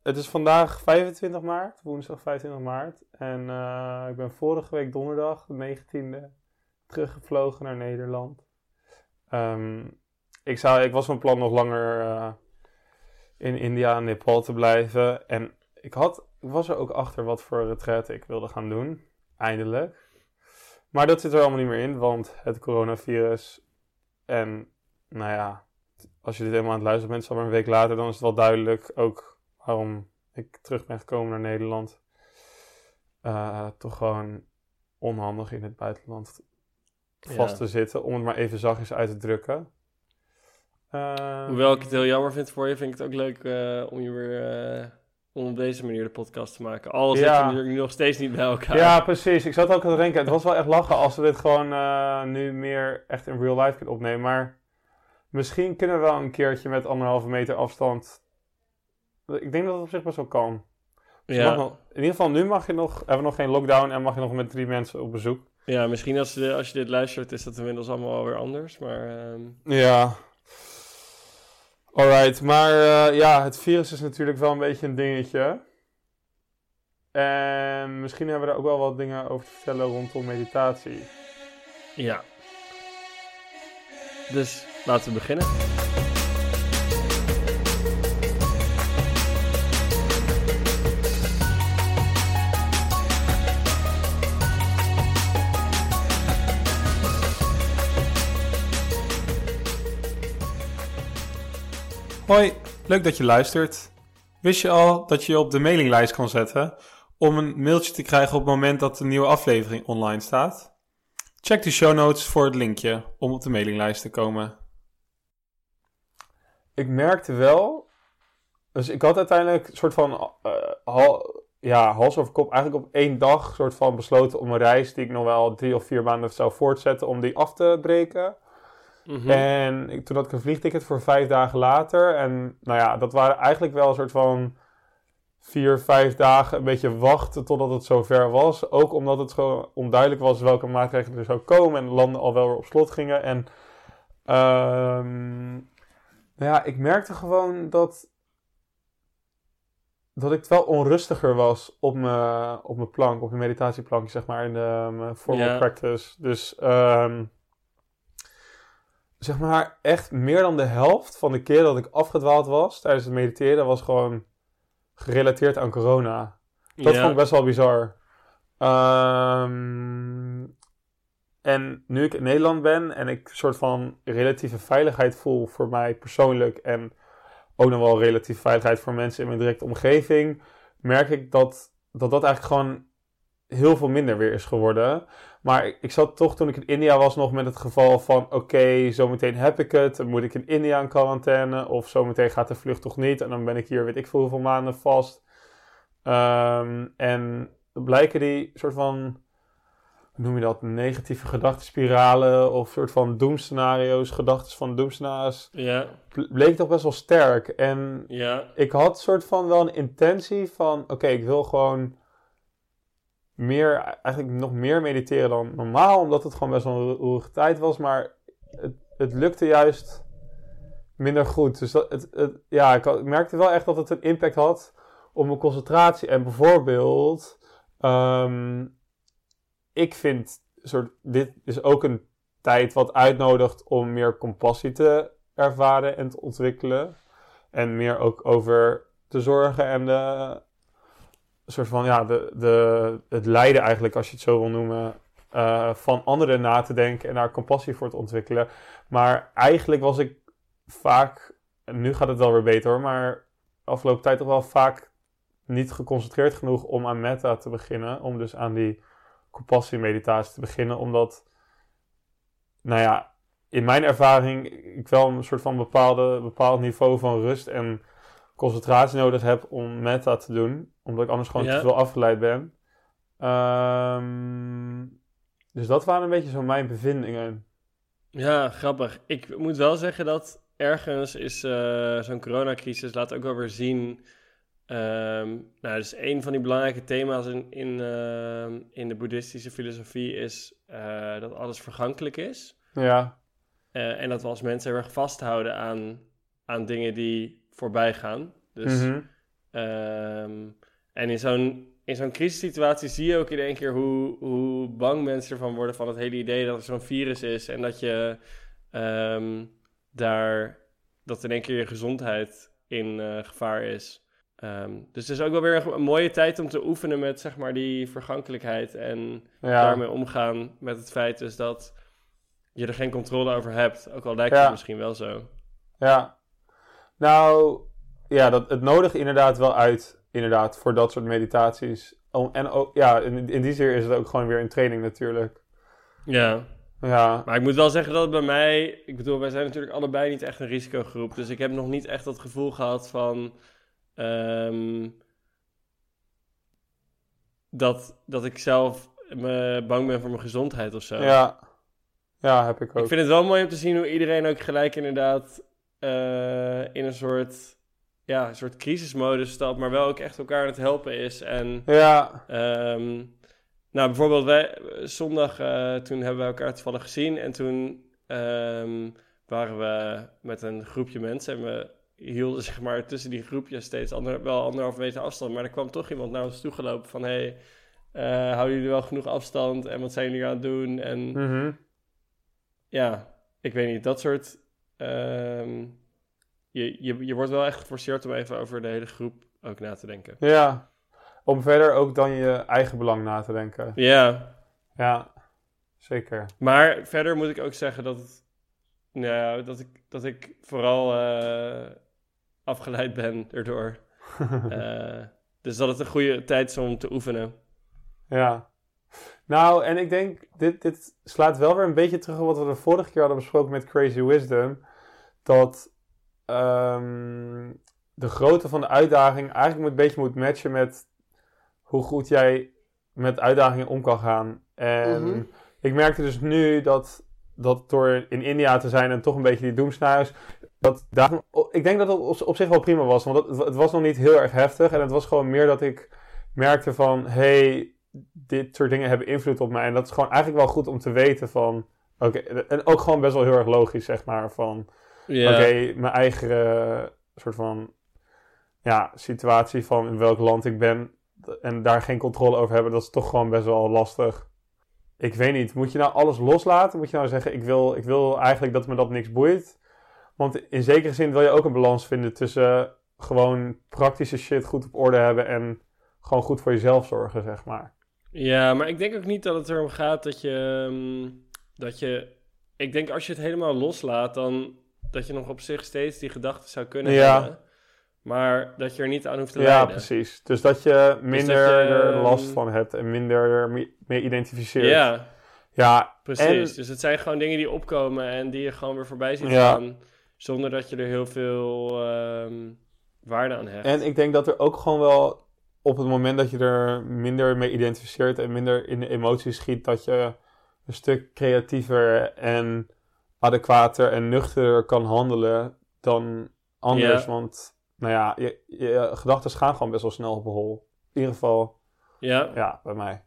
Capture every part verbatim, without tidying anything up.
het is vandaag vijfentwintig maart, woensdag vijfentwintig maart. En uh, ik ben vorige week donderdag, de negentiende, teruggevlogen naar Nederland. Um, ik, zou, ik was van plan nog langer uh, in India en Nepal te blijven. En ik, had, ik was er ook achter wat voor retraite ik wilde gaan doen, eindelijk. Maar dat zit er allemaal niet meer in, want het coronavirus. En nou ja, als je dit helemaal aan het luisteren bent, zal maar een week later, dan is het wel duidelijk ook waarom ik terug ben gekomen naar Nederland. Uh, toch gewoon onhandig in het buitenland vast ja. te zitten, om het maar even zachtjes uit te drukken. Uh, Hoewel ik het heel jammer vind voor je, vind ik het ook leuk uh, om je weer... Uh... om op deze manier de podcast te maken. Al zit ja. je natuurlijk nog steeds niet bij elkaar. Ja, precies. Ik zat ook aan het denken. Het was wel echt lachen als we dit gewoon uh, nu meer echt in real life kunnen opnemen. Maar misschien kunnen we wel een keertje met anderhalve meter afstand. Ik denk dat het op zich best wel kan. Dus ja. nog, in ieder geval, nu mag je nog, hebben we nog geen lockdown en mag je nog met drie mensen op bezoek. Ja, misschien als, de, als je dit luistert is dat inmiddels allemaal alweer anders. Maar, um... Ja. Alright, maar uh, ja, het virus is natuurlijk wel een beetje een dingetje. En misschien hebben we er ook wel wat dingen over te vertellen rondom meditatie. Ja. Dus laten we beginnen. Hoi, leuk dat je luistert. Wist je al dat je je op de mailinglijst kan zetten om een mailtje te krijgen op het moment dat de nieuwe aflevering online staat? Check de show notes voor het linkje om op de mailinglijst te komen. Ik merkte wel, dus ik had uiteindelijk een soort van uh, hal, ja, hals over kop eigenlijk op één dag soort van besloten om een reis die ik nog wel drie of vier maanden zou voortzetten om die af te breken. Mm-hmm. En ik, toen had ik een vliegticket voor vijf dagen later. En nou ja, dat waren eigenlijk wel een soort van vier, vijf dagen een beetje wachten totdat het zover was. Ook omdat het gewoon onduidelijk was welke maatregelen er zou komen. En de landen al wel weer op slot gingen. En um, nou ja, ik merkte gewoon dat, dat ik wel onrustiger was op mijn, op mijn plank, op mijn meditatieplankje, zeg maar, in de um, formal yeah. practice. Dus... Um, zeg maar echt meer dan de helft van de keer dat ik afgedwaald was tijdens het mediteren was gewoon gerelateerd aan corona. Dat ja. vond ik best wel bizar. Um, en nu ik in Nederland ben en ik een soort van relatieve veiligheid voel voor mij persoonlijk en ook nog wel relatieve veiligheid voor mensen in mijn directe omgeving, merk ik dat dat, dat eigenlijk gewoon heel veel minder weer is geworden. Maar ik, ik zat toch toen ik in India was nog met het geval van oké, okay, zometeen heb ik het. Dan moet ik in India in quarantaine. Of zometeen gaat de vlucht toch niet. En dan ben ik hier weet ik veel hoeveel maanden vast. Um, en blijken die soort van, hoe noem je dat? Negatieve gedachtenspiralen. Of soort van doemscenario's. Gedachten van doemscenario's. Ja. Bleek toch best wel sterk. En ja. ik had soort van wel een intentie van oké, okay, ik wil gewoon meer, eigenlijk nog meer mediteren dan normaal, omdat het gewoon best wel een roerige tijd was, maar het, het lukte juist minder goed. Dus dat, het, het, ja, ik, had, ik merkte wel echt dat het een impact had op mijn concentratie. En bijvoorbeeld, um, ik vind, soort, dit is ook een tijd wat uitnodigt om meer compassie te ervaren en te ontwikkelen. En meer ook over te zorgen en de een soort van, ja, de, de, het lijden eigenlijk, als je het zo wil noemen, uh, van anderen na te denken en daar compassie voor te ontwikkelen. Maar eigenlijk was ik vaak, en nu gaat het wel weer beter hoor, maar de afgelopen tijd toch wel vaak niet geconcentreerd genoeg om aan metta te beginnen. Om dus aan die compassie-meditatie te beginnen, omdat, nou ja, in mijn ervaring ik wel een soort van bepaalde, bepaald niveau van rust en concentratie nodig heb om metta te doen, omdat ik anders gewoon ja. te veel afgeleid ben. Um, dus dat waren een beetje zo mijn bevindingen. Ja, grappig. Ik moet wel zeggen dat ergens is uh, zo'n coronacrisis laat ook wel weer zien. Um, nou, dus een van die belangrijke thema's in, in, uh, in de boeddhistische filosofie is uh, dat alles vergankelijk is. Ja. Uh, en dat we als mensen heel erg vasthouden aan, aan dingen die voorbij gaan. Dus, mm-hmm. Um, en in zo'n, in zo'n crisissituatie zie je ook in één keer hoe, hoe bang mensen ervan worden van het hele idee dat er zo'n virus is. En dat je um, daar, dat in één keer je gezondheid in uh, gevaar is. Um, dus het is ook wel weer een, een mooie tijd om te oefenen met, zeg maar, die vergankelijkheid. En ja. daarmee omgaan met het feit dus dat je er geen controle over hebt. Ook al lijkt ja. het misschien wel zo. Ja. Nou, ja, dat, het nodigt inderdaad wel uit, inderdaad, voor dat soort meditaties. Oh, en ook, ja, in, in die zin is het ook gewoon weer een training natuurlijk. Ja. Ja. Maar ik moet wel zeggen dat het bij mij... Ik bedoel, wij zijn natuurlijk allebei niet echt een risicogroep. Dus ik heb nog niet echt dat gevoel gehad van... Um, dat, dat ik zelf me bang ben voor mijn gezondheid of zo. Ja. Ja, heb ik ook. Ik vind het wel mooi om te zien hoe iedereen ook gelijk inderdaad uh, in een soort, ja, een soort crisismodus stapt, maar wel ook echt elkaar aan het helpen is. En ja. Um, nou, bijvoorbeeld wij, zondag, uh, toen hebben we elkaar toevallig gezien en toen um, waren we met een groepje mensen en we hielden zeg maar tussen die groepjes steeds ander, wel anderhalve meter afstand, maar er kwam toch iemand naar ons toegelopen van, hey, uh, houden jullie wel genoeg afstand en wat zijn jullie aan het doen? En mm-hmm. ja, ik weet niet, dat soort... Um, je, je, je wordt wel echt geforceerd om even over de hele groep ook na te denken. Ja, om verder ook dan je eigen belang na te denken. Ja. Ja, zeker. Maar verder moet ik ook zeggen dat, het, nou ja, dat, ik, dat ik vooral uh, afgeleid ben erdoor. uh, dus dat het een goede tijd is om te oefenen. Ja. Nou, en ik denk, dit, dit slaat wel weer een beetje terug op wat we de vorige keer hadden besproken met Crazy Wisdom. Dat um, de grootte van de uitdaging eigenlijk een beetje moet matchen met hoe goed jij met uitdagingen om kan gaan. En mm-hmm. ik merkte dus nu dat, dat door in India te zijn en toch een beetje die doemscenario's, dat daar, ik denk dat het op zich wel prima was, want het, het was nog niet heel erg heftig. En het was gewoon meer dat ik merkte van, hey, dit soort dingen hebben invloed op mij. En dat is gewoon eigenlijk wel goed om te weten van... Oké, okay, en ook gewoon best wel heel erg logisch, zeg maar. Van, yeah. Oké, okay, mijn eigen uh, soort van... Ja, situatie van in welk land ik ben... En daar geen controle over hebben, dat is toch gewoon best wel lastig. Ik weet niet, moet je nou alles loslaten? Moet je nou zeggen, ik wil, ik wil eigenlijk dat me dat niks boeit? Want in zekere zin wil je ook een balans vinden tussen... gewoon praktische shit goed op orde hebben... en gewoon goed voor jezelf zorgen, zeg maar. Ja, maar ik denk ook niet dat het erom gaat dat je, um, dat je... Ik denk als je het helemaal loslaat, dan dat je nog op zich steeds die gedachten zou kunnen ja. hebben. Maar dat je er niet aan hoeft te ja, lijden. Ja, precies. Dus dat je minder dus dat je, er last van hebt en minder er mee identificeert. Ja, ja precies. En... Dus het zijn gewoon dingen die opkomen en die je gewoon weer voorbij ziet ja. gaan. Zonder dat je er heel veel um, waarde aan hecht. En ik denk dat er ook gewoon wel... op het moment dat je er minder mee identificeert en minder in de emoties schiet, dat je een stuk creatiever en adequater en nuchterder kan handelen dan anders. Ja. Want, nou ja, je, je gedachten gaan gewoon best wel snel op een hol. In ieder geval, ja, ja bij mij.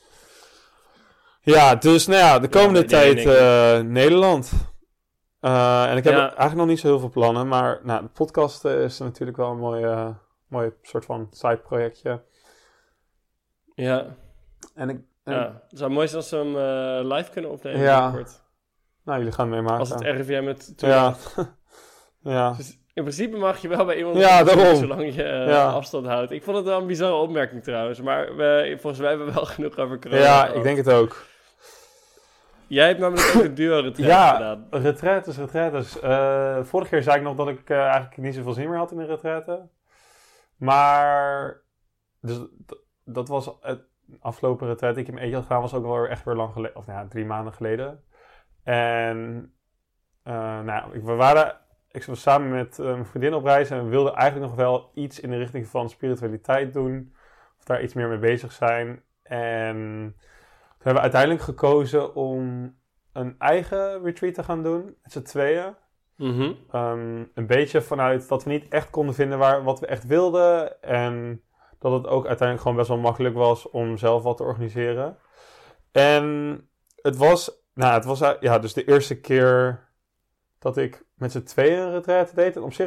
Ja, dus nou ja, de komende ja, tijd uh, Nederland. Uh, en ik heb ja. eigenlijk nog niet zo heel veel plannen, maar nou, de podcast uh, is natuurlijk wel een mooie... Uh, mooi soort van side-projectje. Ja. En ik, en ja. Het zou mooi zijn als we hem uh, live kunnen opnemen. Ja. Nou, jullie gaan meemaken. Als het R I V M het toelaat. Ja. ja. Dus in principe mag je wel bij iemand... Ja, daarom. Zolang je uh, ja. afstand houdt. Ik vond het wel een bizarre opmerking trouwens. Maar we, volgens mij hebben we wel genoeg over corona. Ja, gehad. Ik denk het ook. Jij hebt namelijk ook een duo-retraite ja, gedaan. Ja, retraites, retraites. Uh, vorige keer zei ik nog dat ik uh, eigenlijk niet zoveel zin meer had in een retraite. Maar, dus d- dat was het afgelopen retraite. Ik heb mijn eentje gedaan, was ook wel echt weer lang geleden. Of nou ja, drie maanden geleden. En, uh, nou, we waren, ik was samen met uh, mijn vriendin op reis. En we wilden eigenlijk nog wel iets in de richting van spiritualiteit doen. Of daar iets meer mee bezig zijn. En toen hebben we uiteindelijk gekozen om een eigen retreat te gaan doen. Met z'n tweeën. Mm-hmm. Um, een beetje vanuit dat we niet echt konden vinden waar, wat we echt wilden. En dat het ook uiteindelijk gewoon best wel makkelijk was om zelf wat te organiseren. En het was, nou het was ja, dus de eerste keer dat ik met z'n tweeën een retraite deed. En op zich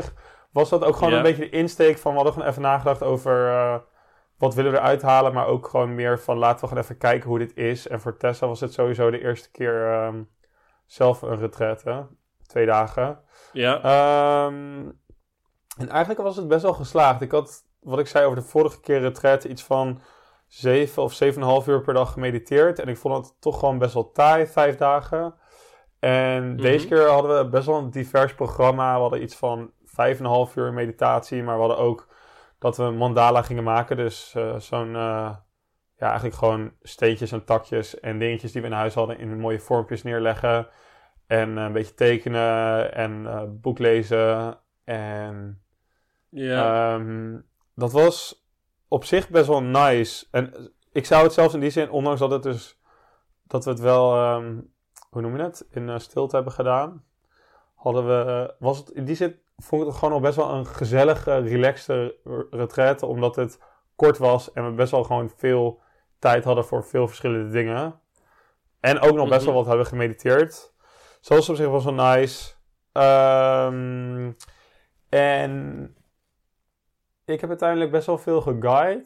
was dat ook gewoon Ja. een beetje de insteek van... We hadden gewoon even nagedacht over... Uh, wat willen we eruit halen? Maar ook gewoon meer van... Laten we gewoon even kijken hoe dit is. En voor Tessa was het sowieso de eerste keer... Um, zelf een retraite. Twee dagen. Ja. Um, en eigenlijk was het best wel geslaagd. Ik had, wat ik zei over de vorige keer retraite... iets van zeven of zeven en een half uur per dag gemediteerd. En ik vond het toch gewoon best wel taai, vijf dagen. En mm-hmm. deze keer hadden we best wel een divers programma. We hadden iets van vijf en een half uur meditatie. Maar we hadden ook dat we een mandala gingen maken. Dus uh, zo'n, uh, ja, eigenlijk gewoon steentjes en takjes en dingetjes die we in huis hadden in mooie vormpjes neerleggen. En uh, een beetje tekenen en uh, boek lezen. En ja. um, dat was op zich best wel nice. En ik zou het zelfs in die zin, ondanks dat het dus, dat we het wel, um, hoe noem je het, in uh, stilte hebben gedaan. Hadden we, uh, was het in die zin, vond ik het gewoon nog best wel een gezellige, relaxte retraite. Omdat het kort was en we best wel gewoon veel tijd hadden voor veel verschillende dingen. En ook nog best wel wat hebben gemediteerd. Zoals op zich was wel nice. Um, en ik heb uiteindelijk best wel veel geguide.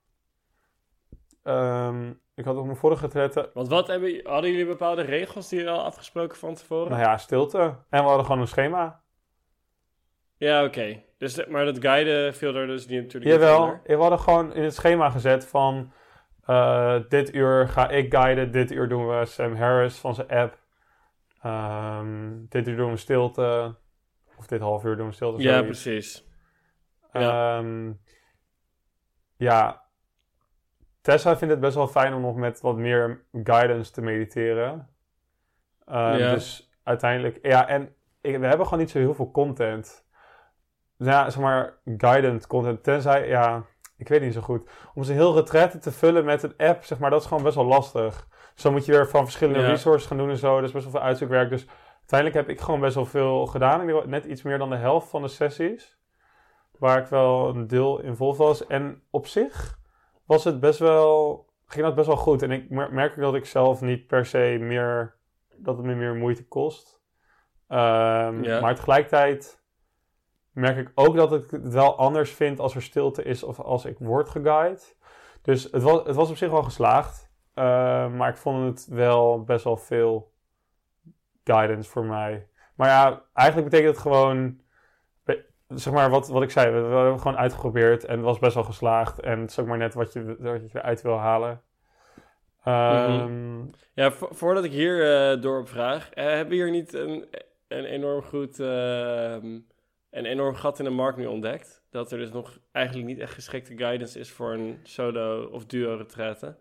Um, ik had op mijn vorige retraite... Want wat hebben, hadden jullie bepaalde regels die jullie al afgesproken van tevoren? Nou ja, stilte. En we hadden gewoon een schema. Ja, oké. Okay. Dus, maar dat guiden viel er dus niet natuurlijk Jawel, niet we hadden gewoon in het schema gezet van... Uh, dit uur ga ik guiden, dit uur doen we Sam Harris van zijn app. Um, dit uur doen we stilte. Of dit half uur doen we stilte. Ja, zoiets. precies. Ja. Um, ja. Tessa vindt het best wel fijn om nog met wat meer guidance te mediteren. Um, ja. Dus uiteindelijk... Ja, en ik, we hebben gewoon niet zo heel veel content. Ja, zeg maar, guidance content. Tenzij, ja... Ik weet niet zo goed. Om ze heel retraite te vullen met een app, zeg maar, dat is gewoon best wel lastig. Dus dan moet je weer van verschillende ja. resources gaan doen en zo. Dat is best wel veel uitzoekwerk. Dus uiteindelijk heb ik gewoon best wel veel gedaan. Ik denk net iets meer dan de helft van de sessies. Waar ik wel een deel involved was. En op zich was het best wel, ging dat best wel goed. En ik merk ook dat ik zelf niet per se meer, dat het me meer moeite kost. Um, ja. Maar tegelijkertijd merk ik ook dat ik het wel anders vind als er stilte is of als ik word geguide. Dus het was, het was op zich wel geslaagd. Uh, maar ik vond het wel best wel veel guidance voor mij. Maar ja, eigenlijk betekent het gewoon... Zeg maar wat, wat ik zei, we, we hebben gewoon uitgeprobeerd en het was best wel geslaagd. En het is ook maar net wat je, wat je eruit wil halen. Um, mm-hmm. Ja, vo- voordat ik hier uh, door op vraag. Uh, hebben we hier niet een, een enorm goed... Uh, een enorm gat in de markt nu ontdekt? Dat er dus nog eigenlijk niet echt geschikte guidance is voor een solo- of duo-retraite?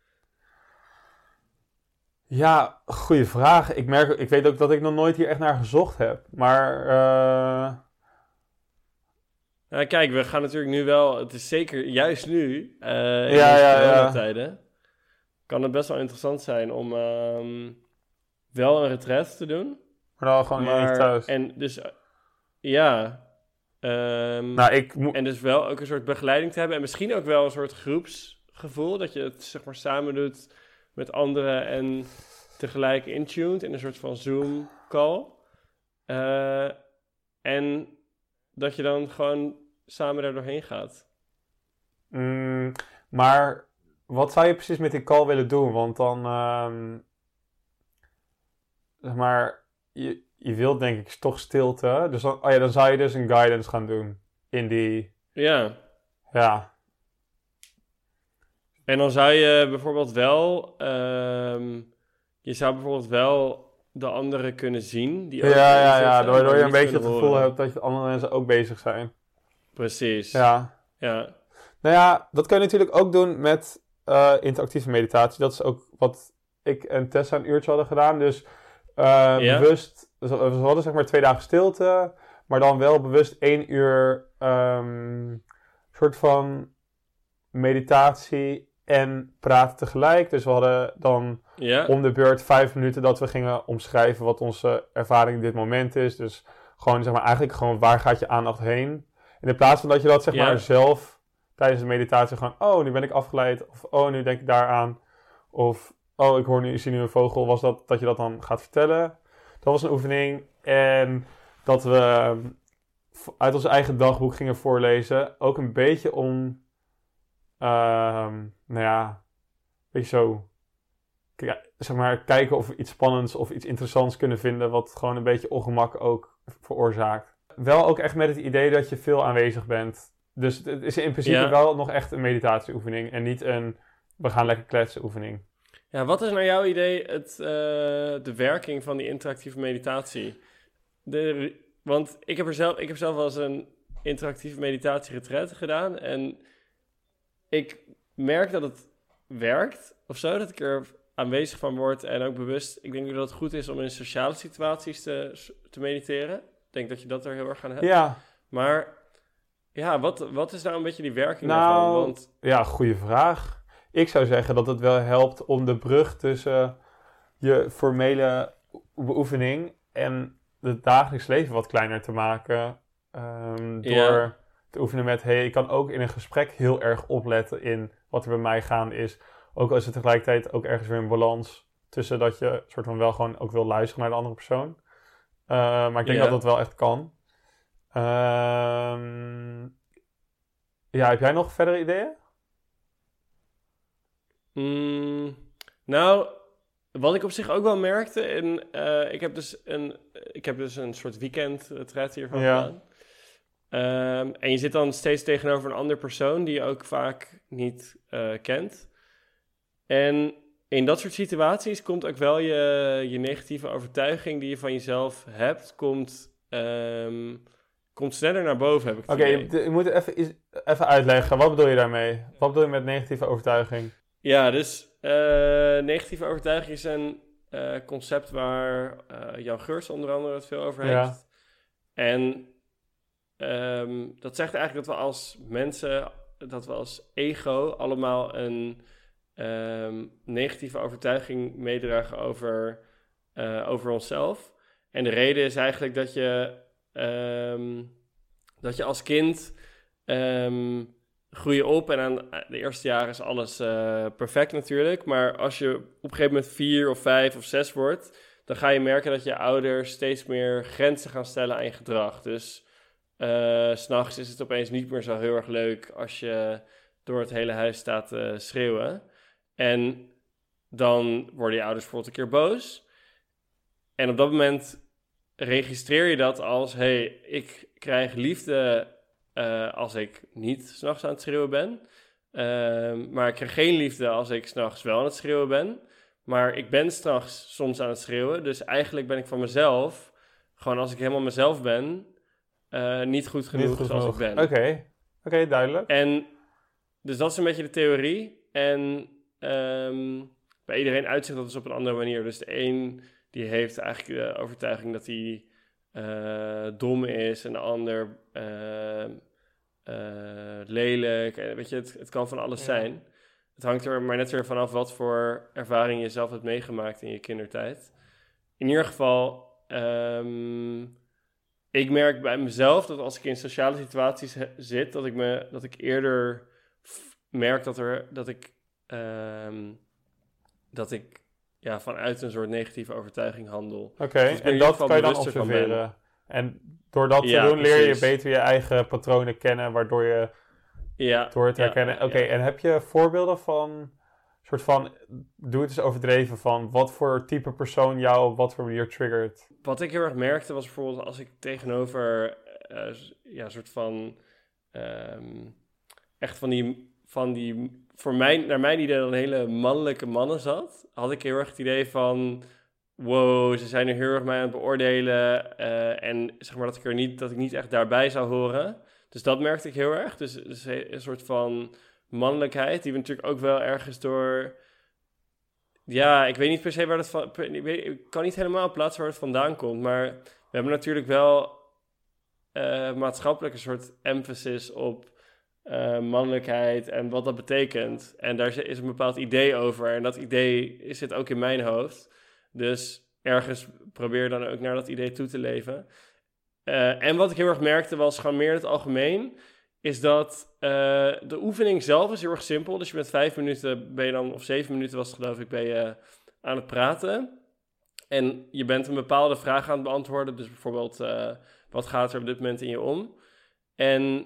Ja, goede vraag. Ik, merk, ik weet ook dat ik nog nooit hier echt naar gezocht heb. Maar... Uh... Nou, kijk, we gaan natuurlijk nu wel... Het is zeker juist nu, uh, in ja, deze ja, coronatijden... Ja. Kan het best wel interessant zijn om um, wel een retraite te doen. Maar dan gewoon maar, niet thuis. En dus... Ja, um, nou, ik mo- en dus wel ook een soort begeleiding te hebben. En misschien ook wel een soort groepsgevoel. Dat je het zeg maar samen doet met anderen en tegelijk intuned in een soort van Zoom call. Uh, en dat je dan gewoon samen daar doorheen gaat. Mm, maar wat zou je precies met die call willen doen? Want dan, um, zeg maar... Je, Je wilt denk ik toch stilte. Dus dan, oh ja, dan zou je dus een guidance gaan doen. In die... Ja. Ja. En dan zou je bijvoorbeeld wel... Um, je zou bijvoorbeeld wel de anderen kunnen zien. Die ook ja, ja, ja. Waardoor je een beetje het gevoel horen. hebt dat je andere mensen ook bezig zijn. Precies. Ja. Ja. Nou ja, dat kan je natuurlijk ook doen met uh, interactieve meditatie. Dat is ook wat ik en Tessa een uurtje hadden gedaan. Dus uh, ja. bewust... Dus we hadden zeg maar twee dagen stilte, maar dan wel bewust één uur um, soort van meditatie en praten tegelijk. Dus we hadden dan ja. om de beurt vijf minuten dat we gingen omschrijven wat onze ervaring in dit moment is. Dus gewoon zeg maar eigenlijk gewoon waar gaat je aandacht heen? En in plaats van dat je dat zeg ja. maar zelf tijdens de meditatie gewoon, oh nu ben ik afgeleid of oh nu denk ik daaraan of oh ik hoor nu, ik zie nu een vogel, was dat dat je dat dan gaat vertellen. Dat was een oefening. En dat we uit ons eigen dagboek gingen voorlezen. Ook een beetje om, um, nou ja, weet je zo, k- zeg maar, kijken of we iets spannends of iets interessants kunnen vinden, wat gewoon een beetje ongemak ook veroorzaakt. Wel ook echt met het idee dat je veel aanwezig bent. Dus het is in principe Ja. wel nog echt een meditatieoefening en niet een we gaan lekker kletsen oefening. Ja, wat is naar jouw idee het, uh, de werking van die interactieve meditatie? De, want ik heb, er zelf, ik heb zelf wel eens een interactieve meditatieretreat gedaan. En ik merk dat het werkt of zo. Dat ik er aanwezig van word en ook bewust. Ik denk dat het goed is om in sociale situaties te, te mediteren. Ik denk dat je dat er heel erg aan hebt. Ja. Maar ja, wat, wat is nou een beetje die werking nou, daarvan? Want... Ja, goede vraag. Ik zou zeggen dat het wel helpt om de brug tussen je formele beoefening en het dagelijks leven wat kleiner te maken. Um, door Ja. te oefenen met, hey, ik kan ook in een gesprek heel erg opletten in wat er bij mij gaande is. Ook al is er tegelijkertijd ook ergens weer een balans tussen dat je soort van wel gewoon ook wil luisteren naar de andere persoon. Uh, maar ik denk Ja. dat dat wel echt kan. Um, ja, heb jij nog verdere ideeën? Mm, nou, wat ik op zich ook wel merkte, en uh, ik heb dus een, ik heb dus een soort weekendretreat hiervan Ja. gedaan. Um, en je zit dan steeds tegenover een andere persoon die je ook vaak niet uh, kent. En in dat soort situaties komt ook wel je, je negatieve overtuiging die je van jezelf hebt, komt, um, komt sneller naar boven, heb ik het Oké, idee. je, je moet even, iets- even uitleggen. Wat bedoel je daarmee? Wat bedoel je met negatieve overtuiging? Ja, dus uh, negatieve overtuiging is een uh, concept waar uh, Jan Geurts onder andere het veel over heeft. Ja. En um, dat zegt eigenlijk dat we als mensen, dat we als ego allemaal een um, negatieve overtuiging meedragen over, uh, over onszelf. En de reden is eigenlijk dat je, um, dat je als kind... Um, groei je op en aan de eerste jaren is alles uh, perfect natuurlijk. Maar als je op een gegeven moment vier of vijf of zes wordt, dan ga je merken dat je ouders steeds meer grenzen gaan stellen aan je gedrag. Dus uh, 's nachts is het opeens niet meer zo heel erg leuk als je door het hele huis staat te schreeuwen. En dan worden je ouders bijvoorbeeld een keer boos. En op dat moment registreer je dat als, hey, ik krijg liefde Uh, als ik niet 's nachts aan het schreeuwen ben. Uh, maar ik krijg geen liefde als ik 's nachts wel aan het schreeuwen ben. Maar ik ben 's nachts soms aan het schreeuwen. Dus eigenlijk ben ik van mezelf, gewoon als ik helemaal mezelf ben, uh, niet goed genoeg Niet goed zoals genoeg. ik ben. Oké, okay. okay, duidelijk. En dus dat is een beetje de theorie. En um, bij iedereen uitzicht dat dus op een andere manier. Dus de een die heeft eigenlijk de overtuiging dat hij Uh, dom is en de ander uh, uh, lelijk. En weet je, het, het kan van alles Ja. zijn. Het hangt er maar net weer vanaf wat voor ervaring je zelf hebt meegemaakt in je kindertijd. In ieder geval, um, ik merk bij mezelf dat als ik in sociale situaties he- zit, dat ik me dat ik eerder f- merk dat er dat ik um, dat ik ja, vanuit een soort negatieve overtuiging handel. Oké, okay, dus en dat kan je dan observeren. En door dat ja, te doen precies. leer je beter je eigen patronen kennen, waardoor je ja, door het herkennen... Ja, Oké, okay, ja. en heb je voorbeelden van, soort van, doe het eens overdreven, van wat voor type persoon jou op wat voor manier triggert? Wat ik heel erg merkte was bijvoorbeeld als ik tegenover, uh, ja, soort van, um, echt van die, van die, voor mij, naar mijn idee dan hele mannelijke mannen zat, had ik heel erg het idee van, wow, ze zijn er heel erg mij aan het beoordelen uh, en zeg maar dat ik er niet, dat ik niet echt daarbij zou horen. Dus dat merkte ik heel erg. Dus, dus een soort van mannelijkheid, die we natuurlijk ook wel ergens door... Ja, ik weet niet per se waar dat van... Ik, weet, ik kan niet helemaal plaatsen waar het vandaan komt, maar we hebben natuurlijk wel uh, maatschappelijk een soort emphasis op uh, mannelijkheid en wat dat betekent. En daar is een bepaald idee over en dat idee zit ook in mijn hoofd. Dus ergens probeer dan ook naar dat idee toe te leven. Uh, en wat ik heel erg merkte was gewoon meer in het algemeen, is dat uh, de oefening zelf is heel erg simpel. Dus je bent vijf minuten, ben je dan, of zeven minuten was het geloof ik, ben je aan het praten. En je bent een bepaalde vraag aan het beantwoorden. Dus bijvoorbeeld, uh, wat gaat er op dit moment in je om? En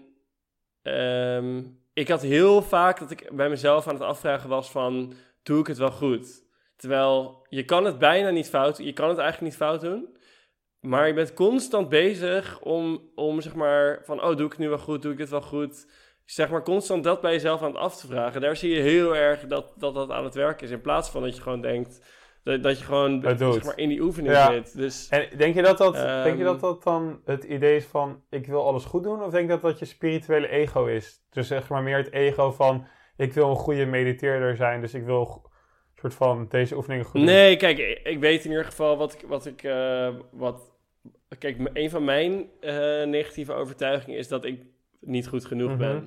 um, ik had heel vaak dat ik bij mezelf aan het afvragen was van, doe ik het wel goed? Terwijl je kan het bijna niet fout, je kan het eigenlijk niet fout doen. Maar je bent constant bezig om, om zeg maar, van, oh, doe ik het nu wel goed? Doe ik dit wel goed? Zeg maar constant dat bij jezelf aan het af te vragen. Daar zie je heel erg dat dat, dat aan het werken is. In plaats van dat je gewoon denkt, dat, dat je gewoon zeg maar, in die oefening ja. zit. Dus, en denk je, dat dat, um, denk je dat dat dan het idee is van, ik wil alles goed doen? Of denk je dat dat je spirituele ego is? Dus zeg maar meer het ego van, ik wil een goede mediteerder zijn. Dus ik wil een soort van deze oefeningen goed doen. Nee, kijk, ik, ik weet in ieder geval wat ik... Wat ik uh, wat, kijk, een van mijn uh, negatieve overtuigingen is dat ik niet goed genoeg mm-hmm. ben.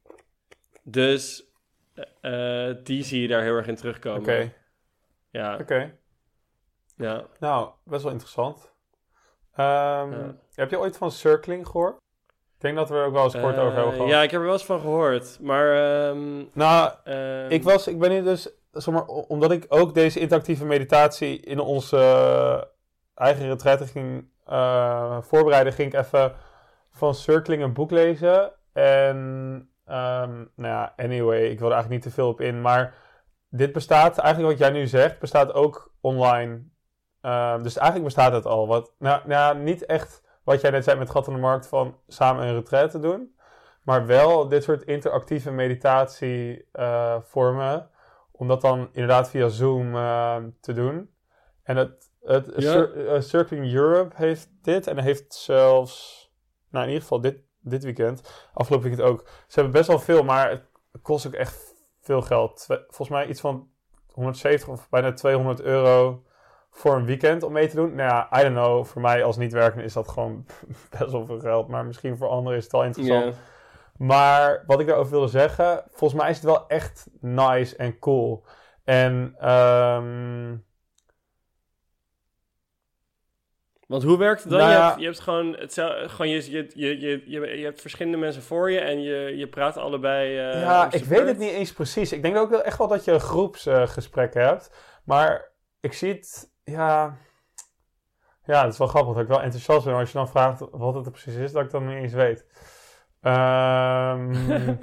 Dus uh, die zie je daar heel erg in terugkomen. Oké. Okay. Ja. Oké. Okay. Ja. Nou, best wel interessant. Um, ja. Heb je ooit van circling gehoord? Ik denk dat we er ook wel eens kort uh, over hebben gehad. Ja, ik heb er wel eens van gehoord, maar... Um, nou, um, ik was, ik ben hier dus, zeg maar, omdat ik ook deze interactieve meditatie in onze uh, eigen retraite ging uh, voorbereiden, ging ik even van circling een boek lezen. En, um, nou ja, anyway, ik wil er eigenlijk niet te veel op in, maar dit bestaat, eigenlijk wat jij nu zegt, bestaat ook online. Uh, dus eigenlijk bestaat het al. Wat, nou, nou, niet echt wat jij net zei met Gat in de Markt van samen een retraite doen. Maar wel dit soort interactieve meditatie uh, vormen. Om dat dan inderdaad via Zoom uh, te doen. En het, het ja. Cir- uh, Circling Europe heeft dit. En heeft zelfs, nou in ieder geval dit, dit weekend, afgelopen weekend ook. Ze hebben best wel veel, maar het kost ook echt veel geld. Volgens mij iets van honderdzeventig of bijna tweehonderd euro voor een weekend om mee te doen. Nou ja, I don't know. Voor mij als niet-werkende is dat gewoon best wel veel geld. Maar misschien voor anderen is het wel interessant. Yeah. Maar wat ik daarover wilde zeggen, volgens mij is het wel echt nice en cool. En um... want hoe werkt het dan? Nou, je, hebt, je hebt gewoon, het, gewoon je, je, je, je, je hebt verschillende mensen voor je en je, je praat allebei. Uh, ja, ik weet het niet eens precies. Ik denk ook wel echt wel dat je groepsgesprekken uh, hebt. Maar ik zie het, ja... Ja, dat is wel grappig dat ik wel enthousiast ben. Maar als je dan vraagt wat het er precies is, dat ik dan niet eens weet. Um,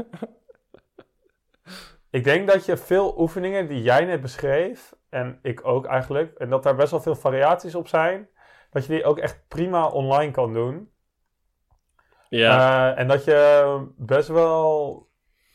ik denk dat je veel oefeningen die jij net beschreef, en ik ook eigenlijk, en dat daar best wel veel variaties op zijn, dat je die ook echt prima online kan doen. Ja. Uh, en dat je best wel,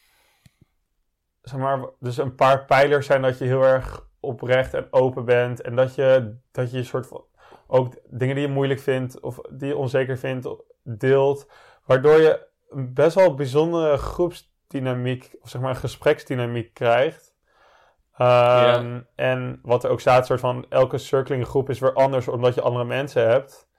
zeg maar, dus een paar pijlers zijn dat je heel erg oprecht en open bent. En dat je, dat je een soort van, ook dingen die je moeilijk vindt of die je onzeker vindt, deelt. Waardoor je een best wel bijzondere groepsdynamiek, of zeg maar een gespreksdynamiek krijgt. Um, yeah. En wat er ook staat, soort van elke circling groep is weer anders, omdat je andere mensen hebt.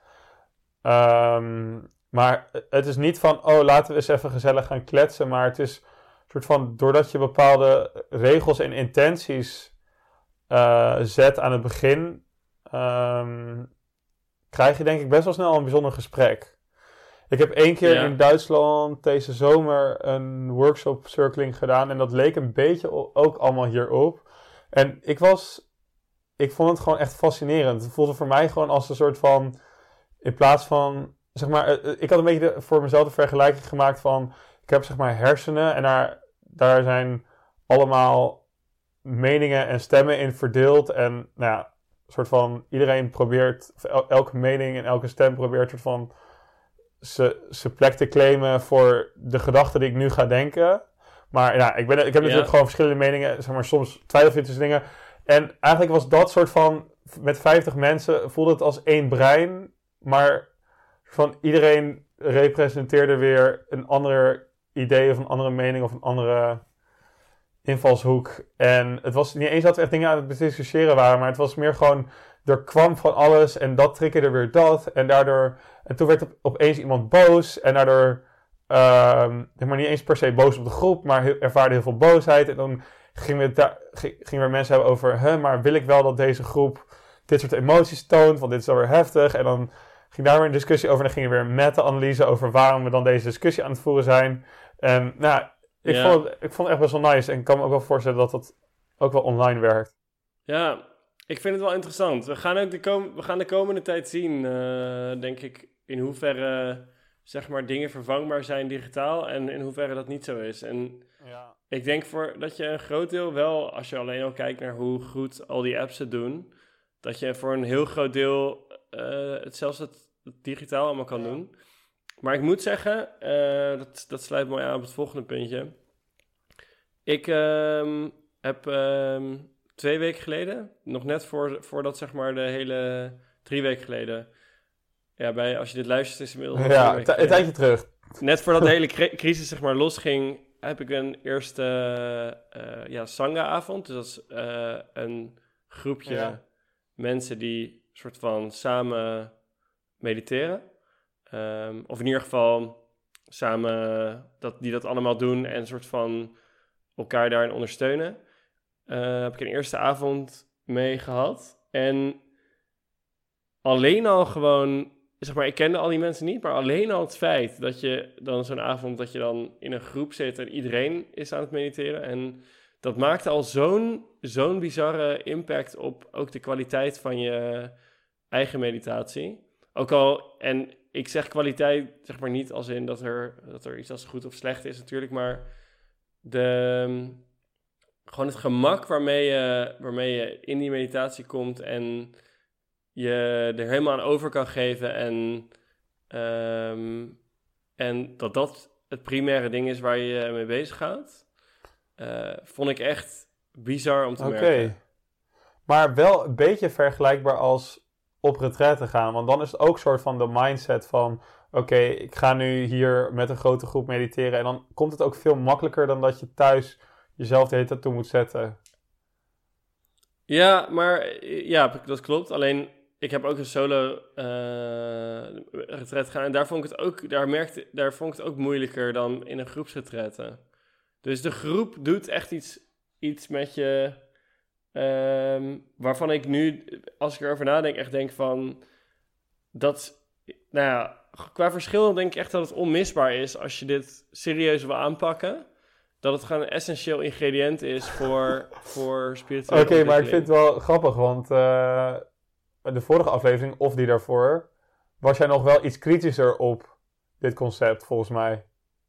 Um, maar het is niet van, oh, laten we eens even gezellig gaan kletsen. Maar het is soort van, doordat je bepaalde regels en intenties uh, zet aan het begin, um, krijg je denk ik best wel snel een bijzonder gesprek. Ik heb één keer ja. in Duitsland deze zomer een workshop circling gedaan. En dat leek een beetje ook allemaal hierop. En ik was... Ik vond het gewoon echt fascinerend. Het voelde voor mij gewoon als een soort van... In plaats van... Zeg maar... Ik had een beetje de, voor mezelf de vergelijking gemaakt van... Ik heb zeg maar hersenen. En daar, daar zijn allemaal meningen en stemmen in verdeeld. En nou ja... Een soort van... Iedereen probeert... El, elke mening en elke stem probeert een soort van... zijn plek te claimen voor de gedachten die ik nu ga denken. Maar ja, ik, ben, ik heb natuurlijk ja. gewoon verschillende meningen. Zeg maar, soms twijfel je tussen dingen. En eigenlijk was dat soort van... Met vijftig mensen voelde het als één brein. Maar van iedereen representeerde weer een ander idee of een andere mening of een andere invalshoek. En het was niet eens dat we echt dingen aan het discussiëren waren. Maar het was meer gewoon... Er kwam van alles en dat triggerde weer dat. En daardoor... En toen werd op, opeens iemand boos. En daardoor... Um, maar niet eens per se boos op de groep. Maar heel, ervaarde heel veel boosheid. En dan gingen we, da- gingen we mensen hebben over... Huh, maar wil ik wel dat deze groep dit soort emoties toont? Want dit is wel weer heftig. En dan ging daar weer een discussie over. En dan ging er weer een meta-analyse over... waarom we dan deze discussie aan het voeren zijn. En nou, ik, ja. vond, het, ik vond het echt best wel nice. En ik kan me ook wel voorstellen dat dat ook wel online werkt. Ja... Ik vind het wel interessant. We gaan ook de, kom- we gaan de komende tijd zien, uh, denk ik, in hoeverre zeg maar, dingen vervangbaar zijn digitaal en in hoeverre dat niet zo is. En Ja. ik denk voor dat je een groot deel wel, als je alleen al kijkt naar hoe goed al die apps het doen, dat je voor een heel groot deel uh, het zelfs het, het digitaal allemaal kan Ja. doen. Maar ik moet zeggen, uh, dat, dat sluit mooi aan op het volgende puntje. Ik um, heb um, twee weken geleden, nog net voor, voordat zeg maar de hele drie weken geleden, ja, bij, als je dit luistert is inmiddels Ja, een tijdje terug. Net voordat de hele cri- crisis zeg maar losging, heb ik een eerste uh, uh, ja, Sangha-avond. Dus dat is uh, een groepje Ja. mensen die soort van samen mediteren. Um, of in ieder geval samen dat, die dat allemaal doen en een soort van elkaar daarin ondersteunen. Uh, heb ik een eerste avond mee gehad. En alleen al gewoon, zeg maar, ik kende al die mensen niet, maar alleen al het feit dat je dan zo'n avond, dat je dan in een groep zit en iedereen is aan het mediteren. En dat maakte al zo'n, zo'n bizarre impact op ook de kwaliteit van je eigen meditatie. Ook al, en ik zeg kwaliteit, zeg maar niet als in dat er, dat er iets als goed of slecht is natuurlijk, maar de, gewoon het gemak waarmee je, waarmee je in die meditatie komt en je er helemaal aan over kan geven en, um, en dat dat het primaire ding is waar je mee bezig gaat, uh, vond ik echt bizar om te Oké. merken. Maar wel een beetje vergelijkbaar als op retraite gaan. Want dan is het ook een soort van de mindset van oké, okay, ik ga nu hier met een grote groep mediteren. En dan komt het ook veel makkelijker dan dat je thuis jezelf de hele tijd toe moet zetten. Ja, maar ja, dat klopt. Alleen ik heb ook een solo uh, retreat gedaan en daar vond ik het ook, daar merkte, daar vond ik het ook moeilijker dan in een groepsretretten. Dus de groep doet echt iets, iets met je, um, waarvan ik nu, als ik erover nadenk, echt denk van, dat, nou ja, qua verschil denk ik echt dat het onmisbaar is als je dit serieus wil aanpakken. Dat het gewoon een essentieel ingrediënt is voor, voor spirituele Oké, okay, maar ik vind het wel grappig, want uh, de vorige aflevering, of die daarvoor, was jij nog wel iets kritischer op dit concept, volgens mij.